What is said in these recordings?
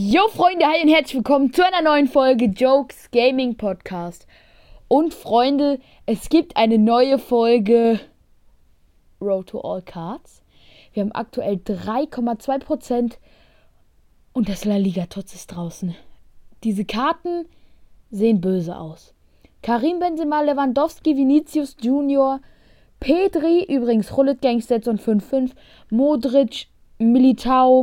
Jo Freunde, hi und herzlich willkommen zu einer neuen Folge Jokes Gaming Podcast. Und Freunde, es gibt eine neue Folge Road to All Cards. Wir haben aktuell 3,2% und das La Liga Tots ist draußen. Diese Karten sehen böse aus. Karim Benzema, Lewandowski, Vinicius Junior, Pedri, übrigens Rullet Gangstats und 5,5, Modric, Militao,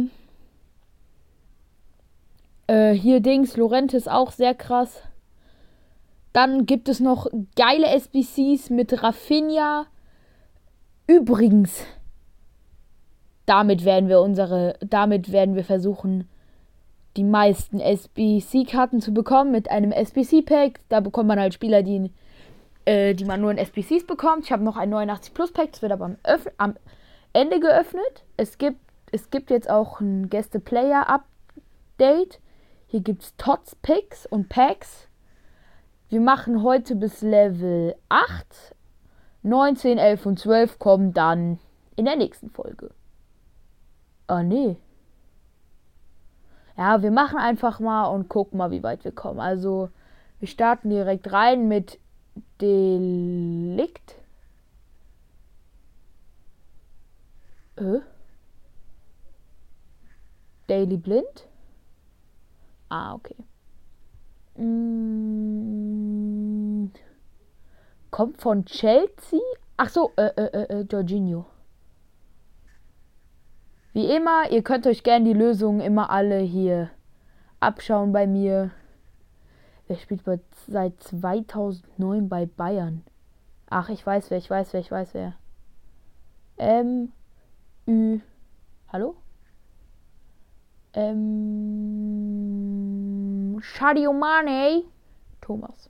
hier Dings, Llorente ist auch sehr krass. Dann gibt es noch geile SBCs mit Rafinha. Übrigens, damit werden wir versuchen, die meisten SBC-Karten zu bekommen mit einem SBC-Pack. Da bekommt man halt Spieler, die man nur in SBCs bekommt. Ich habe noch ein 89 Plus Pack, das wird aber am Ende geöffnet. Es gibt jetzt auch ein Gäste-Player-Update. Hier gibt es Tots, Picks und Packs. Wir machen heute bis Level 8. 9, 10, 11 und 12 kommen dann in der nächsten Folge. Ah, nee. Ja, wir machen einfach mal und gucken mal, wie weit wir kommen. Also, wir starten direkt rein mit Delikt. Daily Blind. Ah, okay. Kommt von Chelsea? Ach so, Jorginho. Wie immer, ihr könnt euch gerne die Lösungen immer alle hier abschauen bei mir. Wer spielt seit 2009 bei Bayern? Ach, ich weiß wer. Hallo? Sadio Mane. Thomas.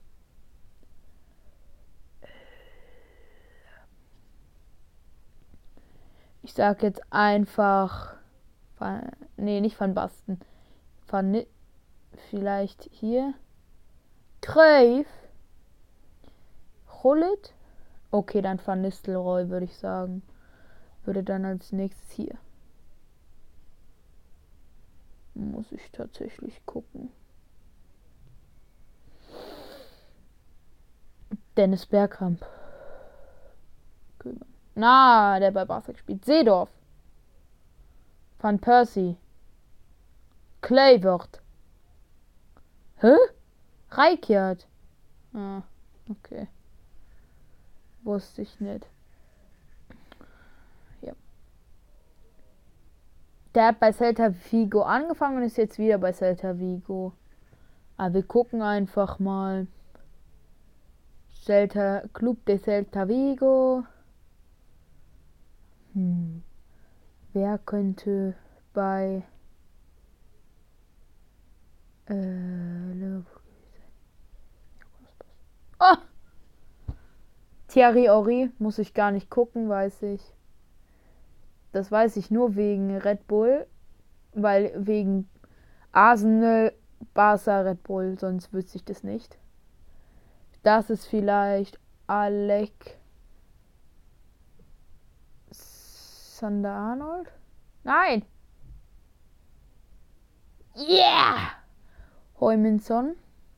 Ich sag jetzt einfach. Nicht Van Basten. Vielleicht hier. Cruyff. Gullit. Okay, dann Van Nistelrooy, würde ich sagen. Würde dann als nächstes hier. Muss ich tatsächlich gucken. Dennis Bergkamp. Na, der bei Barca gespielt. Seedorf. Van Persie. Kluivert. Hä? Rijkaard. Ah, okay. Wusste ich nicht. Ja. Der hat bei Celta Vigo angefangen und ist jetzt wieder bei Celta Vigo. Aber wir gucken einfach mal. Club de Celta Vigo. Wer könnte bei Thierry Henry, muss ich gar nicht gucken, weiß ich. Das weiß ich nur wegen Red Bull, weil wegen Arsenal, Barca, Red Bull, sonst wüsste ich das nicht. Das ist vielleicht Alexander-Arnold? Nein! Yeah! Heuminson.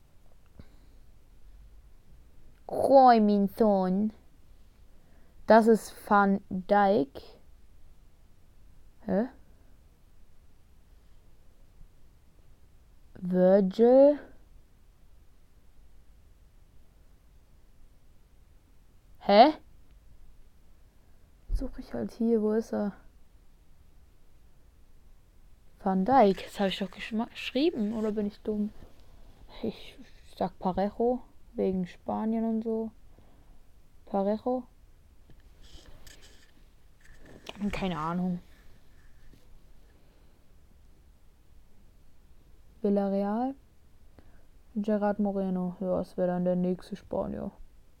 Das ist Van Dijk. Hä? Virgil. Hä? Suche ich halt hier, wo ist er? Van Dijk, das habe ich doch geschrieben, oder bin ich dumm? Ich sag Parejo, wegen Spanien und so. Parejo? Keine Ahnung. Villarreal? Gerard Moreno, ja, das wäre dann der nächste Spanier.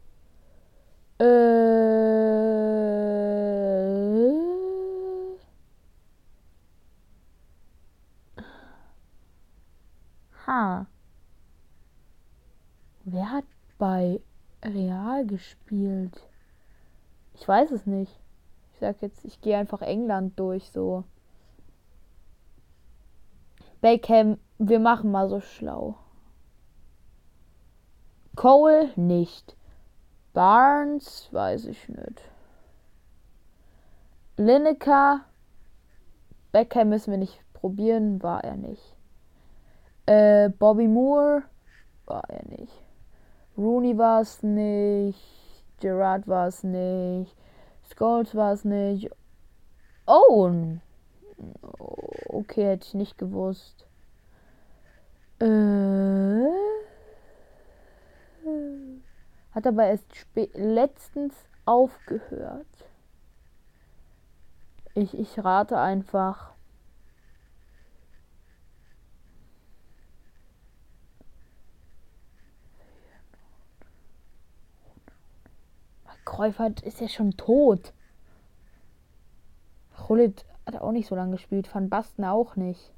Wer hat bei Real gespielt? Ich weiß es nicht. Ich sag jetzt, ich gehe einfach England durch, so. Beckham, wir machen mal so schlau. Cole nicht. Barnes, weiß ich nicht. Lineker, Beckham müssen wir nicht probieren, war er nicht. Bobby Moore, war er nicht. Rooney war es nicht. Gerrard war es nicht. Scholes war es nicht. Owen. Okay, hätte ich nicht gewusst. Hat aber erst letztens aufgehört. Ich rate einfach. Cruyff ist ja schon tot. Gullit hat auch nicht so lange gespielt. Van Basten auch nicht.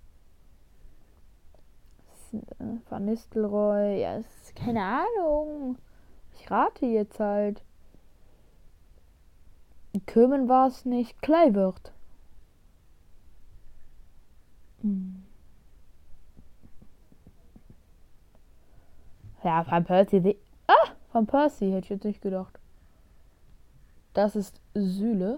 Van Nistelrooy, ja, ist keine Ahnung. Ich rate jetzt halt. Kömen war es nicht. Kluivert. Ja, Van Persie. Van Persie hätte ich jetzt nicht gedacht. Das ist Süle.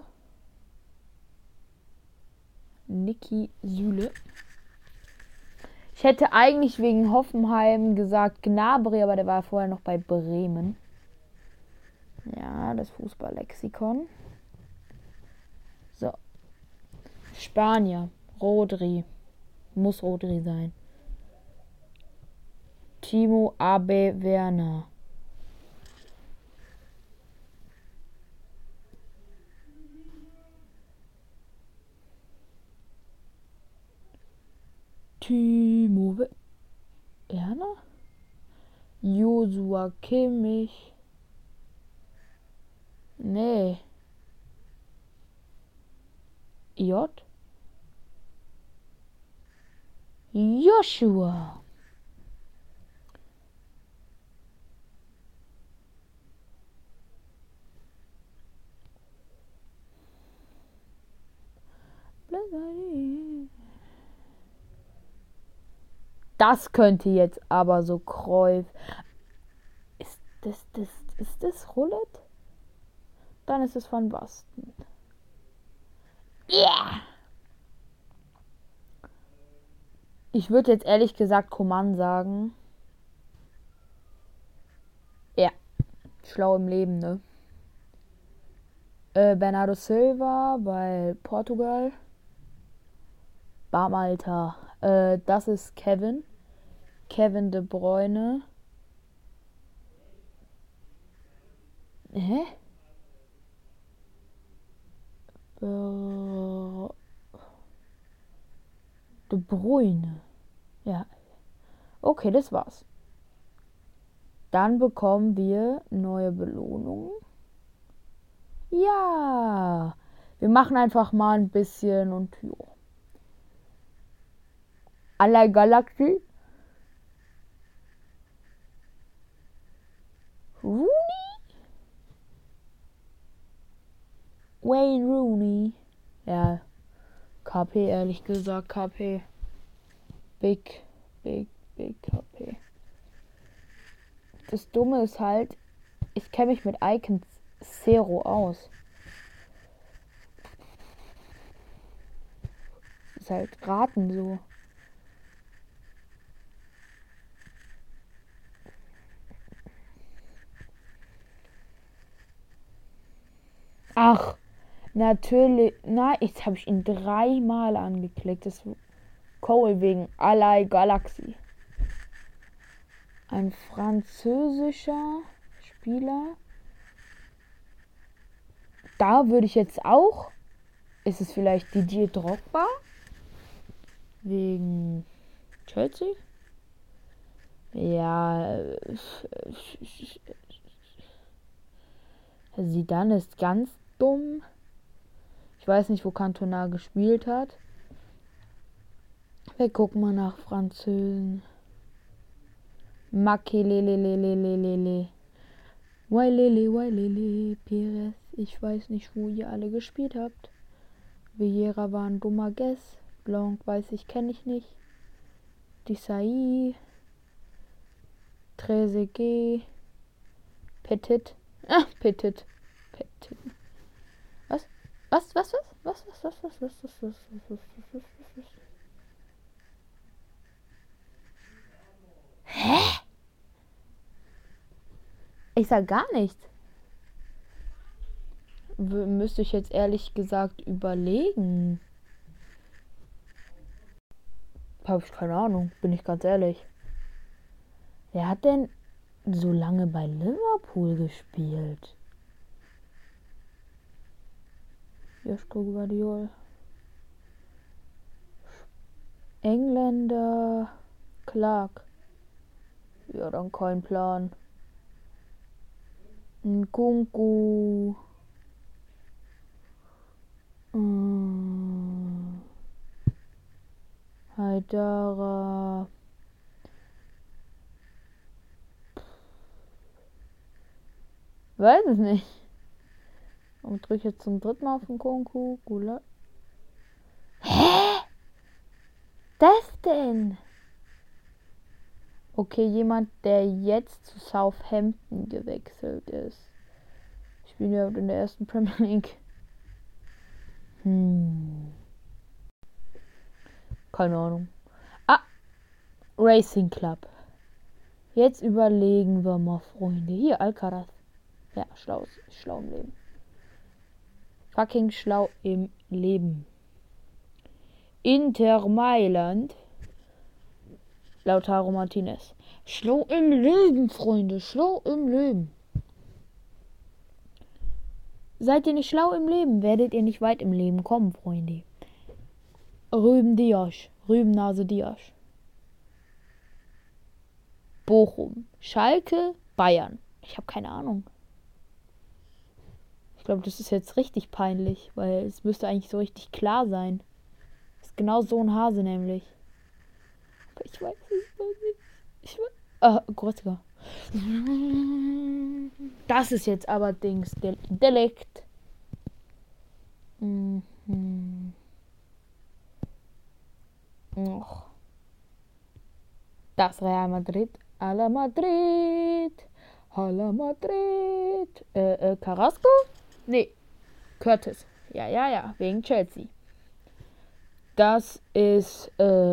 Niki Süle. Ich hätte eigentlich wegen Hoffenheim gesagt Gnabry, aber der war vorher noch bei Bremen. Ja, das Fußballlexikon. So. Spanier. Rodri. Muss Rodri sein. Timo Abe Werner. Timo Werner? Joshua Kimmich. Nee. J. Joshua. Das könnte jetzt aber so Cruyff. Ist das Roulette? Dann ist es von Basten. Yeah! Ich würde jetzt ehrlich gesagt Coman sagen. Ja. Schlau im Leben, ne? Bernardo Silva bei Portugal. Bam, Alter. Das ist Kevin. Kevin De Bruyne. Hä? De Bruyne. Ja. Okay, das war's. Dann bekommen wir neue Belohnungen. Ja. Wir machen einfach mal ein bisschen und jo. Aller Galaxy. Rooney? Wayne Rooney. Ja. KP, ehrlich gesagt, KP. Big KP. Das Dumme ist halt, ich kenne mich mit Icons Zero aus. Ist halt raten so. Ach, natürlich. Nein, jetzt habe ich ihn 3-mal angeklickt. Das Cole wegen Alley Galaxy. Ein französischer Spieler. Da würde ich jetzt auch. Ist es vielleicht Didier Drogba? Wegen Chelsea? Ja. Zidane ist ganz dumm. Ich weiß nicht, wo Cantona gespielt hat. Wir gucken mal nach Französen. Makelelelelelelele. Wailele, Perez. Ich weiß nicht, wo ihr alle gespielt habt. Vieira war ein dummer Guess. Blanc weiß ich, kenne ich nicht. Desai. Trezeguet. Petit. Ah, Petit. Petit. Was? Was? Hä? Ich sag gar nichts. Müsste ich jetzt ehrlich gesagt überlegen. Habe ich keine Ahnung, bin ich ganz ehrlich. Wer hat denn so lange bei Liverpool gespielt? Joschko Guardiol. Engländer. Clark. Ja, dann kein Plan. Nkunku. Haidara. Weiß es nicht. Und drücke ich jetzt zum dritten Mal auf den Nkunku. Gula. Hä? Das denn? Okay, jemand, der jetzt zu Southampton gewechselt ist. Spielen ja in der ersten Premier League. Keine Ahnung. Ah, Racing Club. Jetzt überlegen wir mal, Freunde. Hier, Alcaraz. Ja, schlau im Leben. Fucking schlau im Leben. Inter Mailand. Lautaro Martinez. Schlau im Leben, Freunde. Schlau im Leben. Seid ihr nicht schlau im Leben, werdet ihr nicht weit im Leben kommen, Freunde. Rüben Dias. Rübennase Dias. Bochum. Schalke. Bayern. Ich habe keine Ahnung. Ich glaube, das ist jetzt richtig peinlich, weil es müsste eigentlich so richtig klar sein. Das ist genau so ein Hase nämlich. Aber ich weiß nicht. Großer. Das ist jetzt aber Dings. Delikt. Das Real Madrid. A la Madrid. A la Madrid. Carrasco? Nee. Curtis. Ja. Wegen Chelsea. Das ist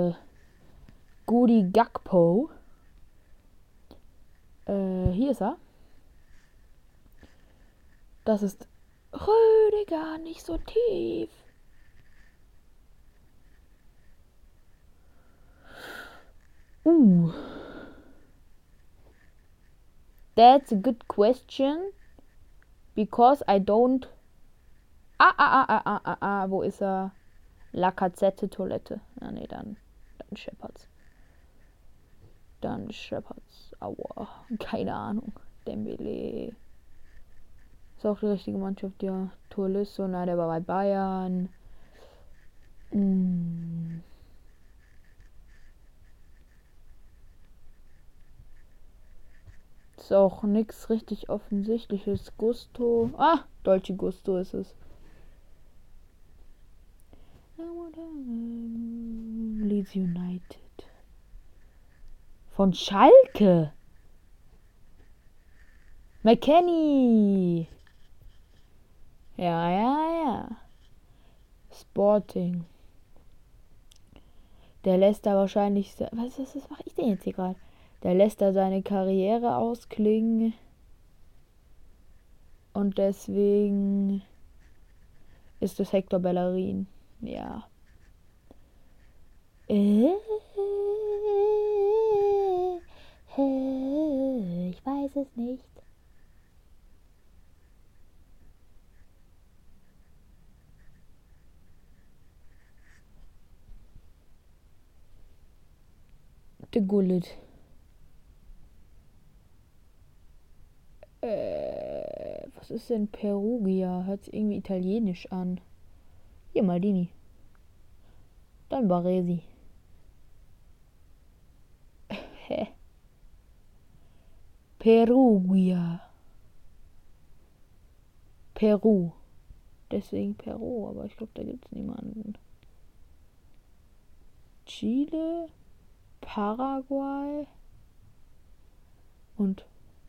Goody Gakpo. Hier ist er. Das ist Rüdiger, nicht so tief. That's a good question. Because I don't. Wo ist er? Lacazette Toilette. Ja, nee, dann Shepherds. Aua. Keine Ahnung. Dembele. Ist auch die richtige Mannschaft, ja. Tolisso, na, der war bei Bayern. Ist auch nichts richtig Offensichtliches. Gusto. Dolce Gusto ist es. Leeds United. Von Schalke. McKennie. Ja. Sporting. Der lässt da wahrscheinlich. Was mache ich denn jetzt hier gerade? Der lässt da seine Karriere ausklingen. Und deswegen ist es Hector Bellerin. Ja. Ich weiß es nicht. De Gullit. Was ist denn Perugia? Hört sich irgendwie italienisch an. Hier, Maldini. Dann Baresi. Perugia. Peru. Deswegen Peru, aber ich glaube, da gibt es niemanden. Chile. Paraguay und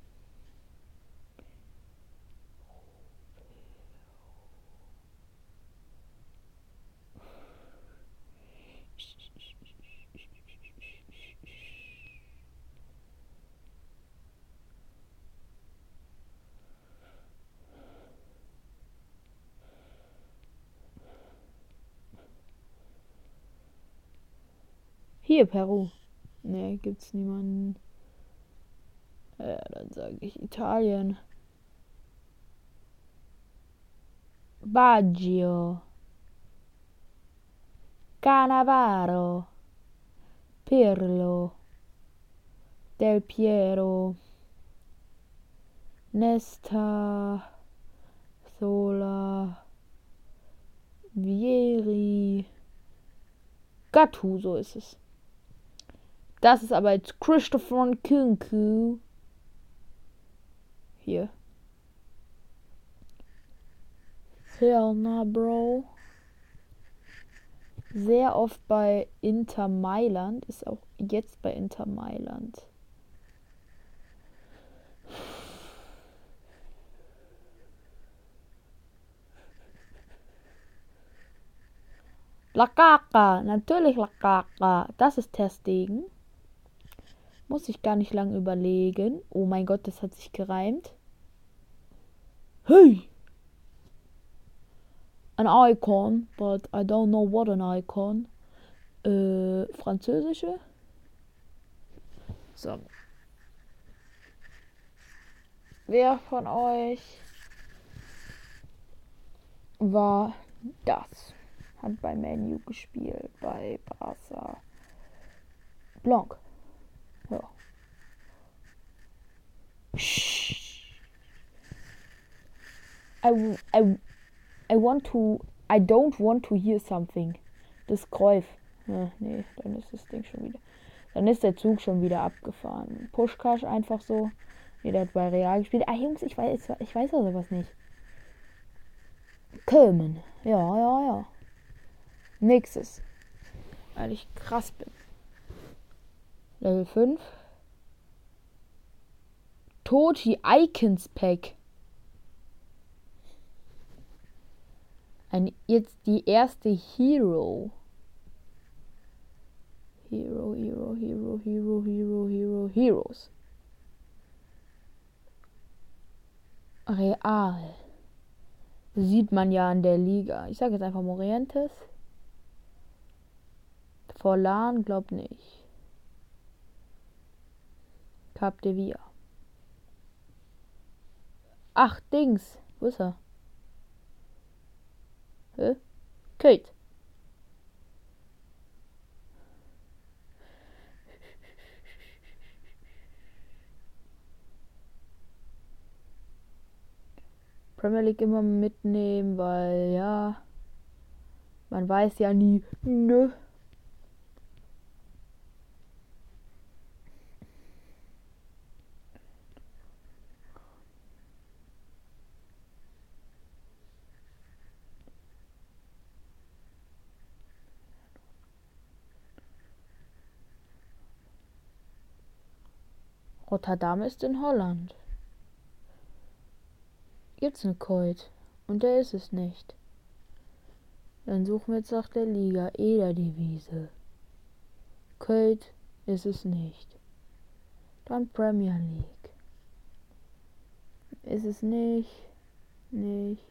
hier Peru. Ne, gibt's niemanden. Ja, dann sage ich Italien. Baggio. Cannavaro. Pirlo. Del Piero. Nesta. Sola. Vieri. Gattuso ist es. Das ist aber jetzt Christopher Nkunku. Hier. Hell nah, Bro. Sehr oft bei Inter Mailand. Ist auch jetzt bei Inter Mailand. Lakaka. Natürlich Lakaka. Das ist Ter Stegen. Muss ich gar nicht lange überlegen. Oh mein Gott, das hat sich gereimt. Hey! An icon, but I don't know what an icon. Französische? So. Wer von euch war das? Hat bei Man U gespielt, bei Barca. Blanc. Ja. I don't want to hear something. Das Cruyff. Ja, nee, dann ist das Ding schon wieder. Dann ist der Zug schon wieder abgefahren. Puschkasch einfach so. Nee, der hat bei Real gespielt. Ah, Jungs, ich weiß ja sowas nicht. Kölmen. Ja. Nächstes. Weil ich krass bin. Level 5. Toji Icons Pack. Jetzt die erste Hero. Heroes. Real. Sieht man ja an der Liga. Ich sage jetzt einfach Morientes. Forlan, glaub nicht. Capdevia. Ach, Dings. Wo ist er? Hä? Kate. Premier League immer mitnehmen, weil ja, man weiß ja nie. Nö. Rotterdam ist in Holland. Gibt's eine Coit. Und der ist es nicht. Dann suchen wir jetzt nach der Liga. Eder-Devise. Coit ist es nicht. Dann Premier League. Ist es nicht. Nicht.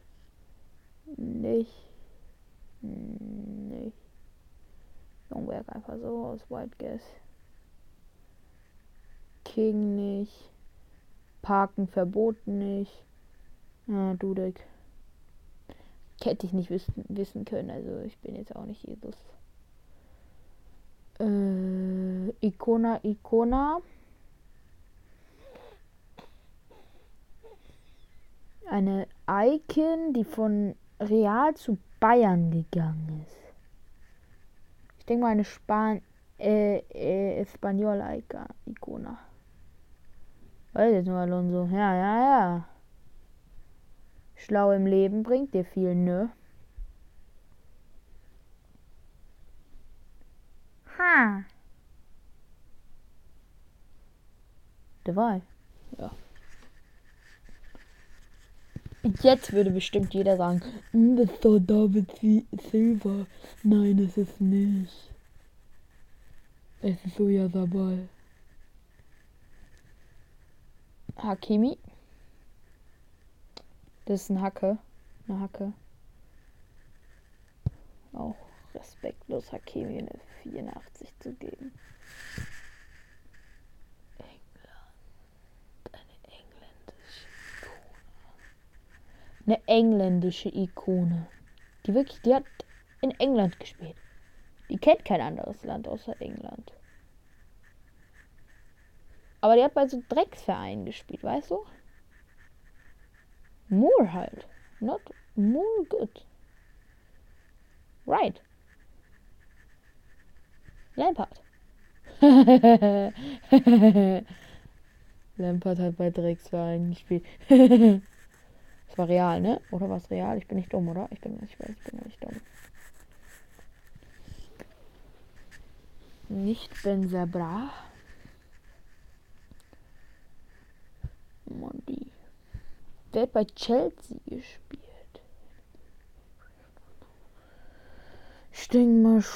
Jungberg einfach so aus White Guess. King nicht. Parken verboten nicht. Ja, Dudek. Hätte ich nicht wissen können, also ich bin jetzt auch nicht Jesus. Icona. Eine Icon, die von Real zu Bayern gegangen ist. Ich denke mal eine Espanol-Icona. Weiß jetzt nur Alonso. Ja. Schlau im Leben bringt dir viel, ne? Ha. Dabei. Ja. Jetzt würde bestimmt jeder sagen, das ist doch David Silva. Nein, es ist nicht. Es ist Oyarzabal. Hakimi. Das ist ein Hacke. Eine Hacke. Auch respektlos, Hakimi eine 84 zu geben. Eine engländische Ikone. Die hat in England gespielt. Die kennt kein anderes Land außer England. Aber die hat bei so Drecksvereinen gespielt, weißt du? Moore halt. Not more good. Right. Lampard. Lampard hat bei Drecksvereinen gespielt. Das war real, ne? Oder war es real? Ich bin nicht dumm, oder? Ich bin nicht dumm. Nicht Benzabra. Mondi. Der hat bei Chelsea gespielt. Ich denke mal zu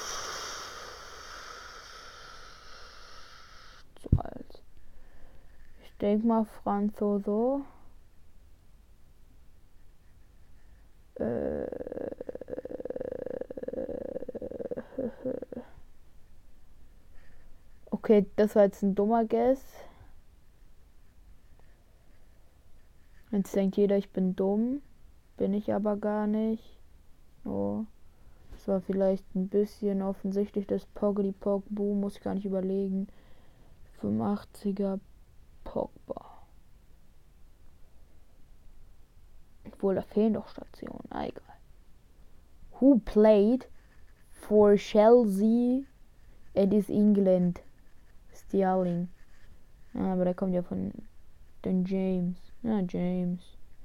alt. Ich denke mal Franzoso. Okay, das war jetzt ein dummer Guess. Jetzt denkt jeder, ich bin dumm. Bin ich aber gar nicht. Oh. Das war vielleicht ein bisschen offensichtlich. Das Poggedy Pogbu, muss ich gar nicht überlegen. 85er Pogba. Obwohl, da fehlen doch Stationen. Ah, egal. Who played for Chelsea and is England? Sterling. Ah, aber der kommt ja von den James. Ja, James.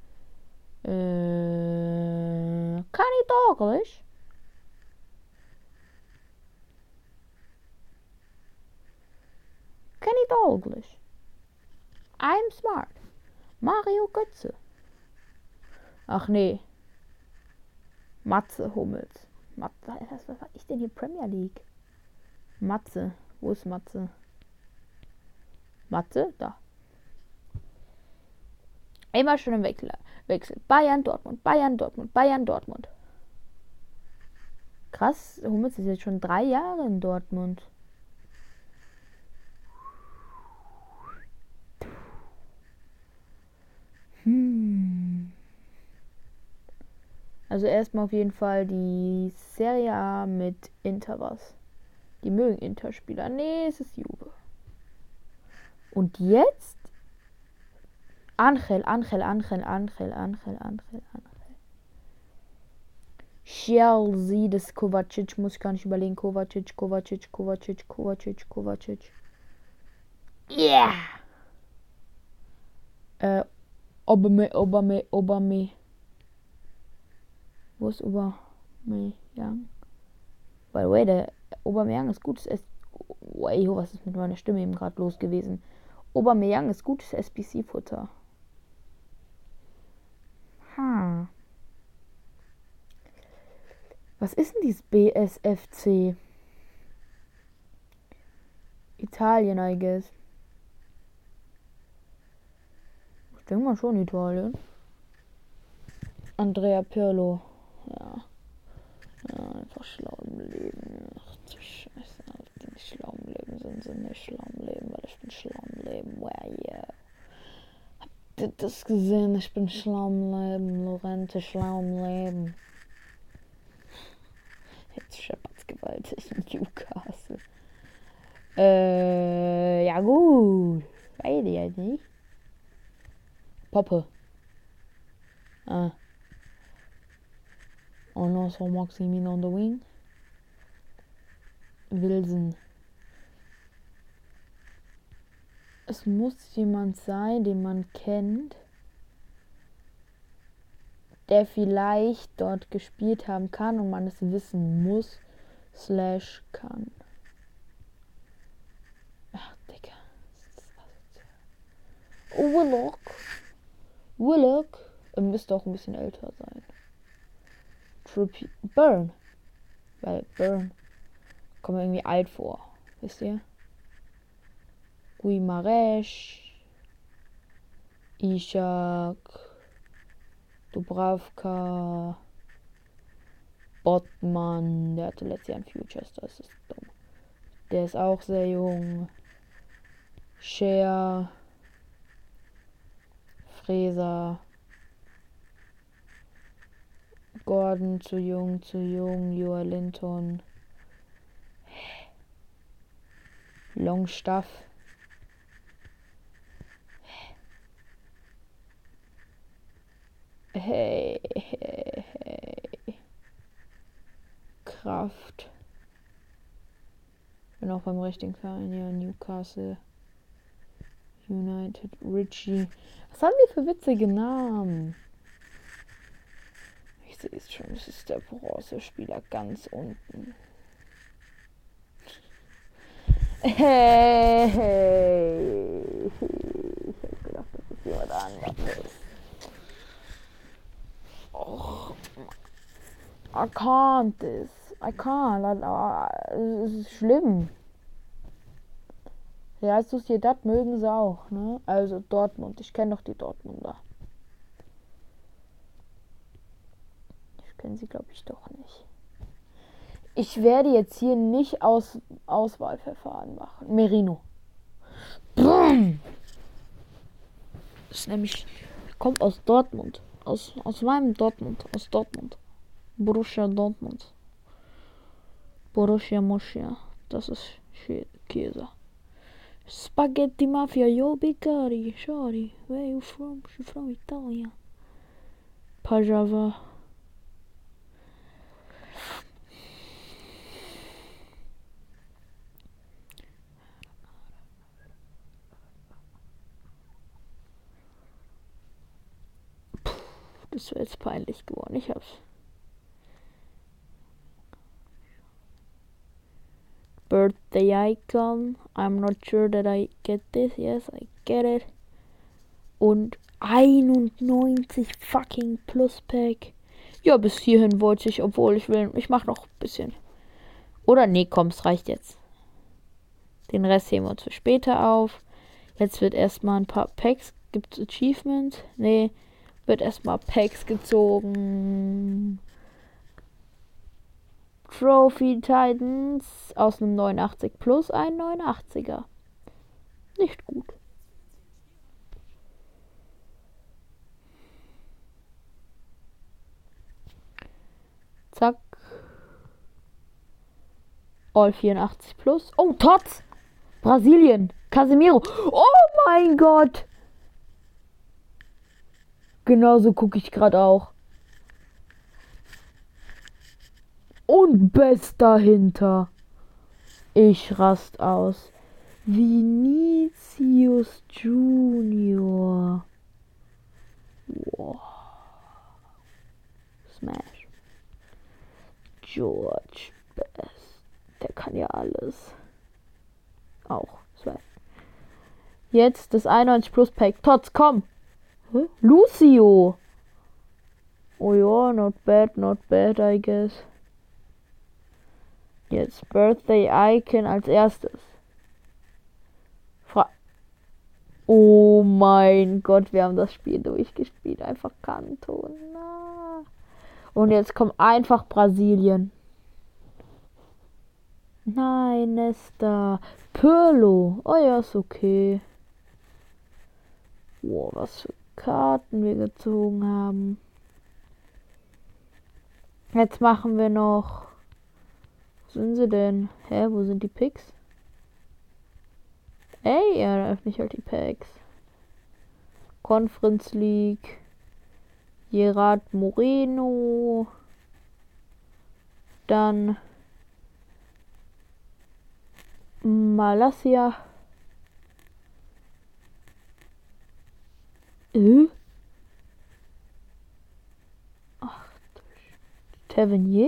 Kenny Dalglish? Kenny Dalglish. I'm smart. Mario Götze. Ach nee. Matze Hummels. Was war ich denn hier? Premier League. Matze. Wo ist Matze? Matze? Da. Immer schon im Wechsel. Bayern, Dortmund, Bayern, Dortmund, Bayern, Dortmund. Krass, Hummels ist jetzt schon 3 Jahre in Dortmund. Also erstmal auf jeden Fall die Serie A mit Inter was. Die mögen Inter-Spieler. Nee, es ist Juve. Und jetzt? Angel. Chelsea, das Kovacic, muss ich gar nicht überlegen. Kovacic. Yeah! Obame. Wo ist Aubameyang? By the way, der Aubameyang ist gutes was ist mit meiner Stimme eben gerade los gewesen? Aubameyang ist gutes SBC-Futter. Was ist denn dieses BSFC? Italien, I guess. Ich denke mal schon Italien. Andrea Pirlo. Ja, einfach schlau im Leben. Ach du Scheiße, die nicht schlau im Leben sind, sind nicht schlau im Leben, weil ich bin schlau im Leben. Well, yeah. Habt ihr das gesehen? Ich bin schlau im Leben. Lorente, schlau im Leben. Jetzt scheppert's gewaltig in Newcastle. Ja gut. Weiß ich halt nicht. Poppe. Und also Maximin on the wing. Wilson. Es muss jemand sein, den man kennt, der vielleicht dort gespielt haben kann und man es wissen muss / kann. Ach, Digga. Das ist asozial. Willock. Willock müsste auch ein bisschen älter sein. Burn. Weil Burn kommt mir irgendwie alt vor. Wisst ihr? Guimarães. Ishak. Dubravka. Botman. Der hatte letztes Jahr ein Futures. Das ist dumm. Der ist auch sehr jung. Cher. Fraser. Gordon zu jung. Joa Linton. Longstaff. Hey. Kraft. Bin auch beim richtigen Verein, ja, Newcastle United, Richie. Was haben die für witzige Namen? Ich sehe es schon, das ist der Bronzespieler ganz unten. Hey. Ich hab gedacht, das ist jemand anderes. Och. I can't this. I can't. Es ist schlimm. Ja, Sociedad mögen sie auch, ne? Also Dortmund. Ich kenne doch die Dortmunder. Ich kenne sie, glaube ich, doch nicht. Ich werde jetzt hier nicht Auswahlverfahren machen. Merino. Boom. Das ist nämlich, kommt aus Dortmund. Aus meinem Dortmund. Aus Dortmund. Borussia Dortmund. Borussia Moschia. Das ist Käse. Spaghetti Mafia, yo bigari, sorry. Where you from? She's from Italia. Pajava. Das wäre jetzt peinlich geworden. Ich hab's. Birthday icon. I'm not sure that I get this. Yes, I get it. Und 91 fucking Plus Pack. Ja, bis hierhin wollte ich, obwohl ich mach noch ein bisschen. Oder nee, komm, es reicht jetzt. Den Rest heben wir uns für später auf. Jetzt wird erstmal ein paar Packs. Gibt's Achievement? Nee. Wird erstmal Packs gezogen. Trophy Titans aus einem 89 plus ein 89er. Nicht gut. Zack. All 84 plus. Oh, Tots! Brasilien. Casemiro. Oh mein Gott! Genauso gucke ich gerade auch. Und Best dahinter. Ich rast aus. Vinicius Junior. Wow. Smash. George Best. Der kann ja alles. Auch. Jetzt das 91 Plus Pack. Tots, komm. Lucio. Oh ja, not bad, I guess. Jetzt Birthday Icon als erstes. Oh mein Gott, wir haben das Spiel durchgespielt. Einfach Cantona. Und jetzt kommt einfach Brasilien. Nein, Nesta. Pirlo. Oh ja, ist okay. Wow, was für Karten wir gezogen haben. Jetzt machen wir noch. Wo sind sie denn? Hä, wo sind die Picks? Ey, ja, dann öffne ich halt die Packs. Conference League. Gerard Moreno. Dann Malasia. Ach, Tavernier?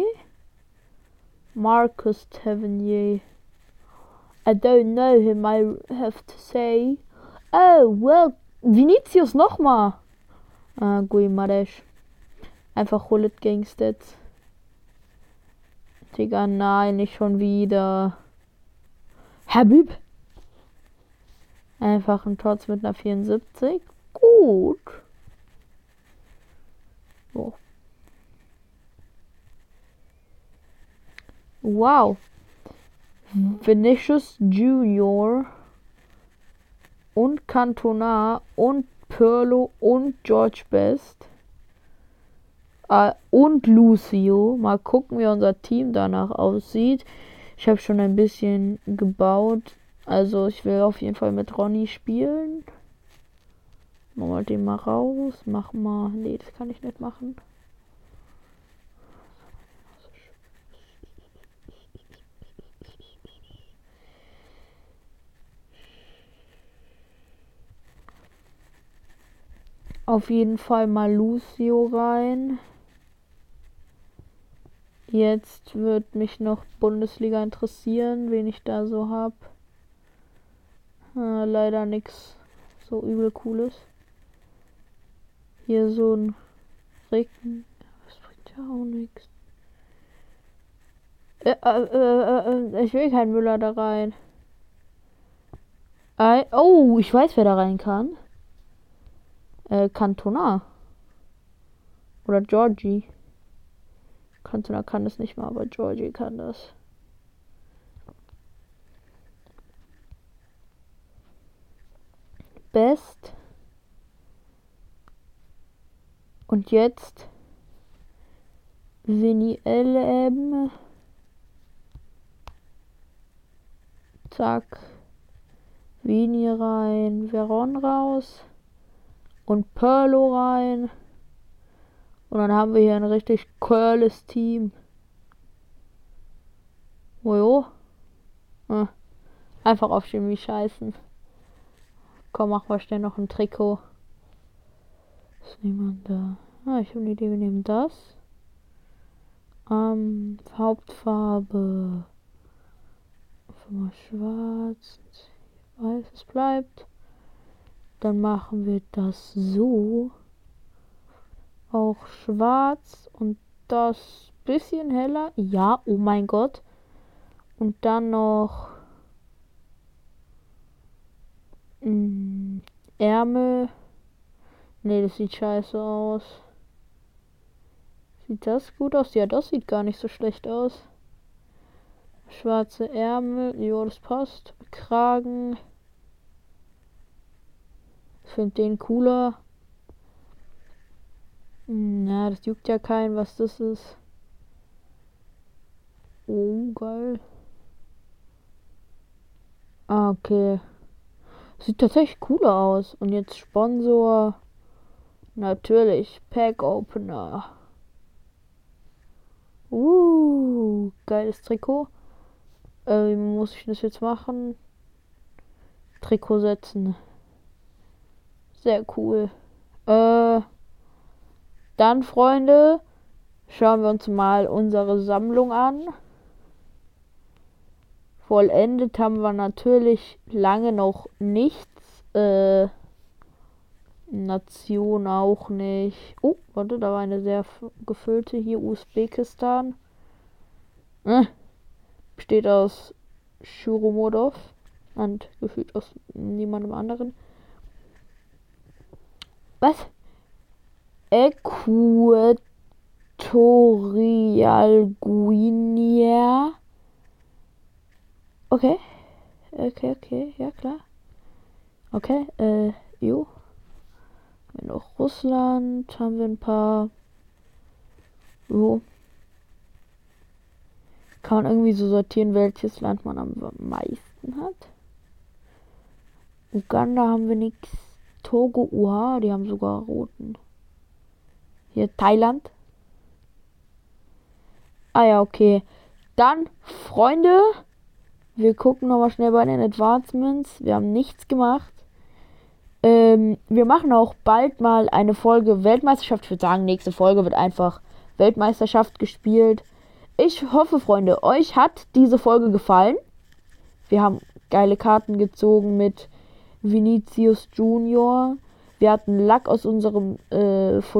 Marcus Tavernier. I don't know him, I have to say. Oh, well, Vinicius nochmal. Guimaraes. Einfach Hullet Gangstats. Digga, nein, nicht schon wieder. Habib. Einfach ein Tots mit einer 74. Gut. So. Wow. Vinicius Junior und Cantona und Pirlo und George Best und Lucio. Mal gucken, wie unser Team danach aussieht. Ich habe schon ein bisschen gebaut. Also ich will auf jeden Fall mit Ronny spielen. Machen wir den mal raus. Mach mal. Nee, das kann ich nicht machen. Auf jeden Fall mal Lucio rein. Jetzt wird mich noch Bundesliga interessieren, wen ich da so hab. Leider nichts so übel Cooles. Hier so ein Regen. Das bringt ja auch nichts. Ich will keinen Müller da rein. Oh, ich weiß, wer da rein kann. Cantona. Oder Georgie. Cantona kann das nicht mal, aber Georgie kann das. Best. Und jetzt Vini LM. Zack. Vini rein. Veron raus. Und Pirlo rein. Und dann haben wir hier ein richtig curles Team. Ojo. Einfach auf Chemie scheißen. Komm, mach mal schnell noch ein Trikot. Was nehmen wir da? Ich habe eine Idee, wir nehmen das. Hauptfarbe. Einfach mal schwarz. Weiß, es bleibt. Dann machen wir das so. Auch schwarz und das bisschen heller. Ja, oh mein Gott. Und dann noch Ärmel. Ne, das sieht scheiße aus. Sieht das gut aus? Ja, das sieht gar nicht so schlecht aus. Schwarze Ärmel. Jo, das passt. Kragen. Ich finde den cooler. Na, das juckt ja keinen, was das ist. Oh, geil. Okay. Sieht tatsächlich cooler aus. Und jetzt Sponsor. Natürlich. Pack Opener. Geiles Trikot. Wie muss ich das jetzt machen? Trikot setzen. Sehr cool. Dann, Freunde, schauen wir uns mal unsere Sammlung an. Vollendet haben wir natürlich lange noch nichts. Nation auch nicht. Oh, warte, da war eine sehr gefüllte hier. Usbekistan. Besteht aus Shuromodov und gefühlt aus niemandem anderen. Was? Äquatorial Guinea. Okay, ja klar. Okay, jo. Haben wir noch Russland, haben wir ein paar. Jo. Kann man irgendwie so sortieren, welches Land man am meisten hat. Uganda haben wir nichts. Togo, die haben sogar roten. Hier Thailand. Ah ja, okay. Dann, Freunde, wir gucken nochmal schnell bei den Advancements. Wir haben nichts gemacht. Wir machen auch bald mal eine Folge Weltmeisterschaft. Ich würde sagen, nächste Folge wird einfach Weltmeisterschaft gespielt. Ich hoffe, Freunde, euch hat diese Folge gefallen. Wir haben geile Karten gezogen mit Vinicius Junior. Wir hatten Lack aus unserem